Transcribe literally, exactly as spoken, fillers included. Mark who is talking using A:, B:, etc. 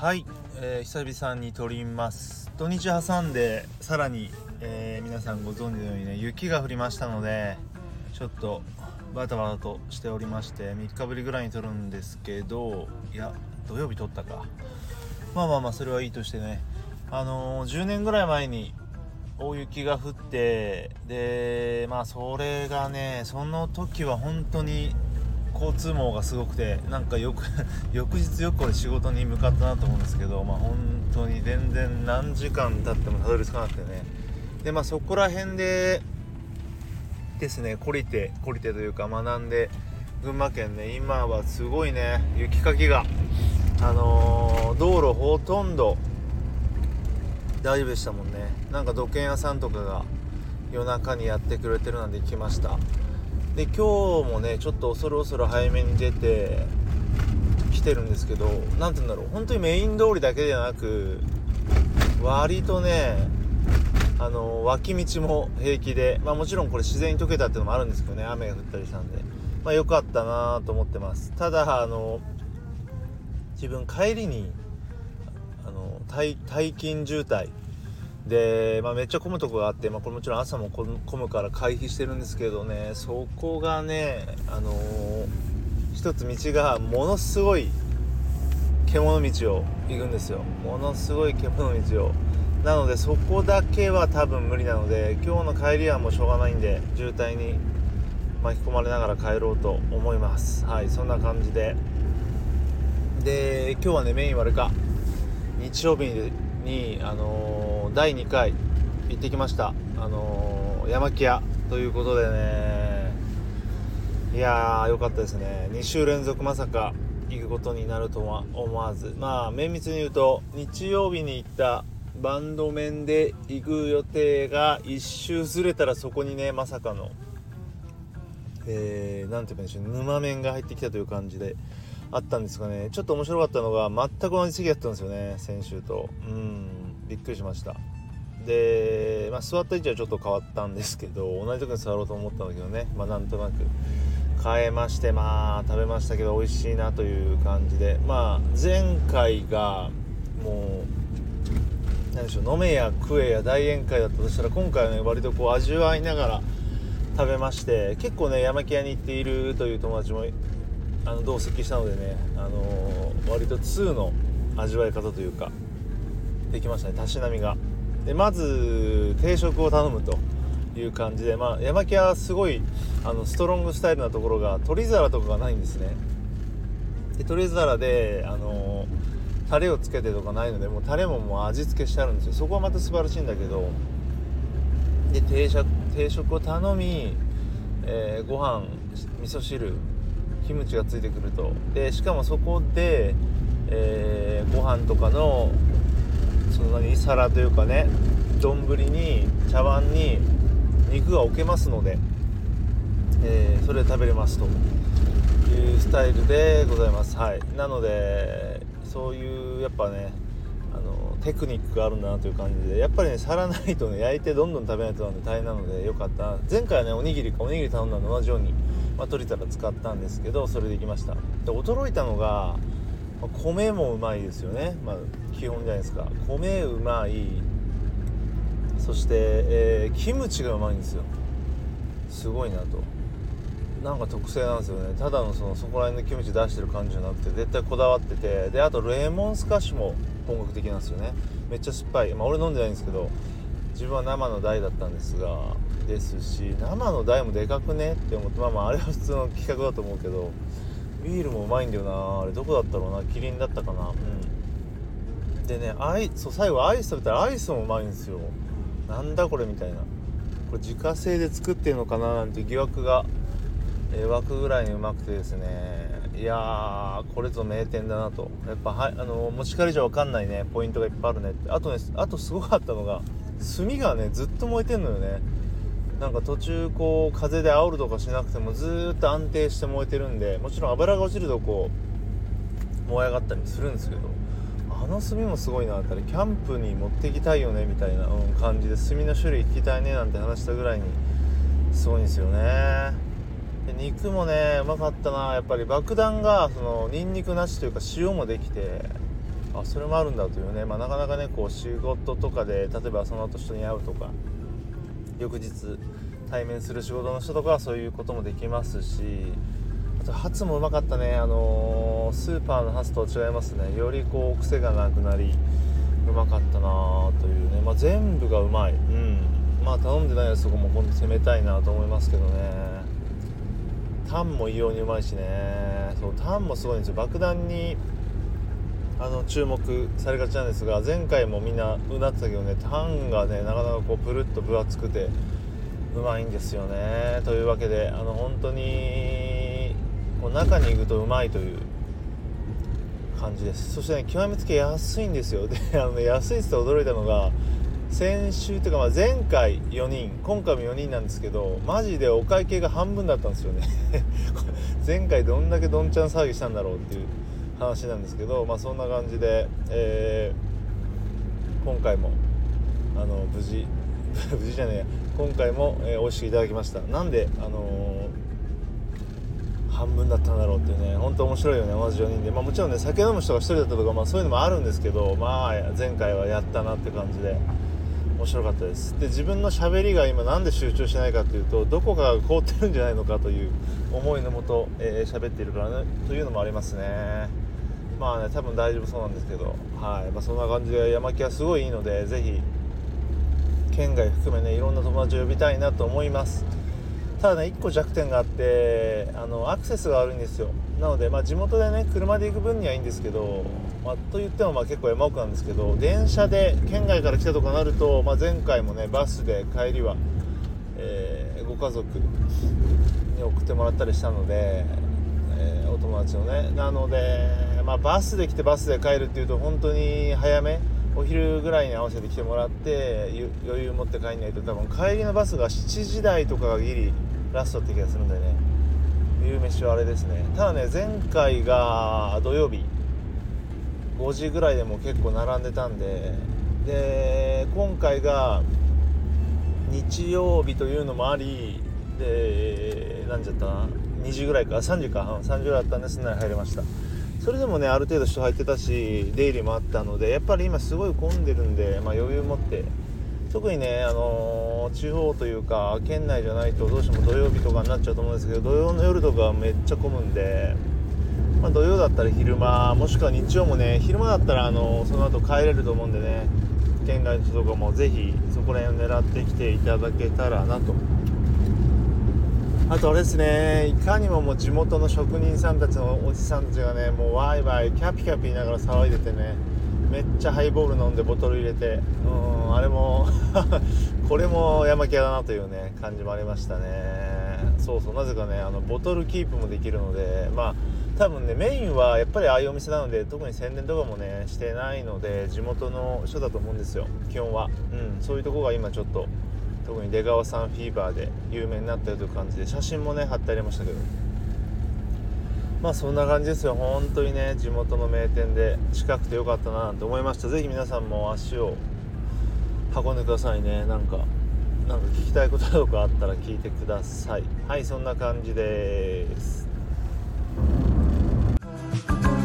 A: はい、えー、久々に撮ります。土日挟んでさらに、えー、皆さんご存知のようにね雪が降りましたので、ちょっとバタバタとしておりまして、みっかぶりぐらいに撮るんですけど、いや土曜日撮ったか、まあまあまあそれはいいとしてね、あのー、じゅうねんぐらい前に大雪が降って、でまあそれがね、その時は本当に交通網がすごくて、なんかよく翌日よくこれ仕事に向かったなと思うんですけど、まあ本当に全然何時間経ってもたどり着かなくてね。でまあそこら辺でですね、懲りて懲りてというか学んで、群馬県ね、今はすごいね、雪かきがあのー、道路ほとんど大丈夫でしたもんね。なんか土建屋さんとかが夜中にやってくれてるなんて聞きました。で今日もねちょっと恐る恐る早めに出て来てるんですけど、なんて言うんだろう、本当にメイン通りだけではなく、割とねあの脇道も平気で、まあもちろんこれ自然に溶けたっていうのもあるんですけどね、雨が降ったりしたんで、まあ良かったなと思ってます。ただあの自分帰りにあの退勤渋滞で、まあ、めっちゃ混むとこがあって、まあ、これもちろん朝も混むから回避してるんですけどね、そこがね、あのー、一つ道がものすごい獣道を行くんですよ。ものすごい獣道を、なのでそこだけは多分無理なので、今日の帰りはもうしょうがないんで、渋滞に巻き込まれながら帰ろうと思います。はい、そんな感じで、で今日はねメインはあれか、日曜日にに、あのー、だいにかい行ってきました。あのー、山木屋ということでね、いやー良かったですね。に週連続まさか行くことになるとは思わず、まあ綿密に言うと日曜日に行ったバンド面で行く予定が一周ずれたら、そこにねまさかの、えー、なんていうんでしょう、沼面が入ってきたという感じであったんですがね、ちょっと面白かったのが全く同じ席だったんですよね、先週と。うんびっくりしました。で、まあ、座った位置はちょっと変わったんですけど、同じとこに座ろうと思ったんだけどね、まあなんとなく変えまして、まあ食べましたけど美味しいなという感じで、まあ前回がもう何でしょう、飲めや食えや大宴会だったとしたら、今回はね割とこう味わいながら食べまして、結構ね山木屋に行っているという友達もあの同席したのでね、あのー、割とにの味わい方というかできましたね、たしなみが。でまず定食を頼むという感じで、まあ山木屋はすごいあのストロングスタイルなところが、取り皿とかがないんですね。で取り皿であのー、タレをつけてとかないので、もうタレももう味付けしてあるんですよ。そこはまた素晴らしいんだけど、で定食定食を頼み、えー、ご飯味噌汁キムチがついてくると。でしかもそこで、えー、ご飯とかのその何皿というかね、丼に茶碗に肉が置けますので、えー、それで食べれますというスタイルでございます。はい、なのでそういうやっぱねあのテクニックがあるんだなという感じで、やっぱりね皿ないとね焼いてどんどん食べないとなんで大変なのでよかったな。前回はねおにぎりかおにぎり頼んだのと同じように、まあ、取れたら使ったんですけど、それでいきました。で驚いたのが、まあ、米もうまいですよね。まあ基本じゃないですか。米うまい、そして、えー、キムチがうまいんですよ。すごいなと。なんか特性なんですよね。ただの そ, のそこら辺のキムチ出してる感じじゃなくて、絶対こだわってて、であとレモンスカッシュも本格的なんですよね。めっちゃ酸っぱい。まあ俺飲んでないんですけど、自分は生の大だったんですがですし、生の大もでかくねって思って、まあまああれは普通の企画だと思うけど、ビールもうまいんだよな。あれどこだったろうな、キリンだったかな。うんでね、アイそう最後アイス食べたらアイスもうまいんですよ。なんだこれみたいな、これ自家製で作ってるのかななんて疑惑が、えー、湧くぐらいにうまくてですね、いやーこれぞ名店だなと。やっぱはあの持ち帰りじゃ分かんないねポイントがいっぱいあるねって。あとね、あとすごかったのが炭がねずっと燃えてんのよね。なんか途中こう風で煽るとかしなくてもずーっと安定して燃えてるんで、もちろん油が落ちるとこう燃え上がったりするんですけど、あの炭もすごいなって、キャンプに持っていきたいよねみたいな、うん、感じで炭の種類聞きたいねなんて話したぐらいにすごいんですよね。で肉もねうまかったな。やっぱり爆弾がそのニンニクなしというか塩もできて、 あそれもあるんだというね、まあ、なかなかねこう仕事とかで例えばその後人に会うとか翌日対面する仕事の人とかはそういうこともできますし、あとハツもうまかったね。あのー、スーパーのハツとは違いますね。よりこう癖がなくなりうまかったなというね、まあ、全部がうまい。うんまあ頼んでないやつとかも今度攻めたいなと思いますけどね。タンも異様にうまいしね。そうタンもすごいんですよ。爆弾にあの注目されがちなんですが、前回もみんなうなってたけどね、タンがねなかなかこうプルッと分厚くてうまいんですよね。というわけであの本当にこう中に行くとうまいという感じです。そしてね極めつけ安いんですよ。であの、ね、安いって驚いたのが先週というかまあ前回よにん今回もよにんなんですけど、マジでお会計が半分だったんですよね前回どんだけどんちゃん騒ぎしたんだろうっていう話なんですけど、まあそんな感じで、えー、今回もあの無事無事じゃねえや今回も、えー、美味しくいただきました。なんであのー、半分だったんだろうっていうね、本当面白いよね。同じよにんで、まあもちろんね酒飲む人がひとりだったとか、まあそういうのもあるんですけど、まあ前回はやったなって感じで面白かったです。で自分の喋りが今なんで集中しないかというと、どこかが凍ってるんじゃないのかという思いのもと、えー、喋っているからねというのもありますね。まあね多分大丈夫そうなんですけど、はい、まあ、そんな感じで山木はすごいいいので、ぜひ県外含めねいろんな友達を呼びたいなと思います。ただねいっこ弱点があって、あのアクセスが悪いんですよ。なので、まあ、地元でね車で行く分にはいいんですけど、まあ、と言ってもまあ結構山奥なんですけど、電車で県外から来たとかなると、まあ、前回もねバスで帰りは、えー、ご家族に送ってもらったりしたので、えー、お友達のねなので、まあ、バスで来てバスで帰るっていうと本当に早めお昼ぐらいに合わせて来てもらって余裕持って帰んないと、多分帰りのバスがしちじ台とかがギリラストって気がするんでね、夕飯はあれですね。ただね前回が土曜日ごじぐらいでも結構並んでたんで、で今回が日曜日というのもありで、何時だったなにじぐらいかさんじかさんじぐらいだったんですんなり入れました。それでもねある程度人入ってたし出入りもあったので、やっぱり今すごい混んでるんで、まあ、余裕持って、特にね、あのー、地方というか県内じゃないとどうしても土曜日とかになっちゃうと思うんですけど、土曜の夜とかはめっちゃ混むんで、まあ、土曜だったら昼間もしくは日曜もね昼間だったら、あのー、その後帰れると思うんでね、県外の人とかもぜひそこら辺を狙ってきていただけたらなと。あとあれですね、いかにももう地元の職人さんたちのおじさんたちがねもうワイワイキャピキャピ言いながら騒いでてね、めっちゃハイボール飲んでボトル入れて、うーんあれもこれも山木屋だなというね感じもありましたね。そうそう、なぜかねあのボトルキープもできるので、まあ多分ねメインはやっぱりああいうお店なので、特に宣伝とかもねしてないので地元の人だと思うんですよ基本は。うんそういうとこが今ちょっと特に出川さんフィーバーで有名になったよという感じで、写真もね貼ってありましたけど、まあそんな感じですよ。本当にね地元の名店で近くてよかったななんて思いました。ぜひ皆さんも足を運んでくださいね。なんかなんか聞きたいこととかあったら聞いてください。はい、そんな感じです。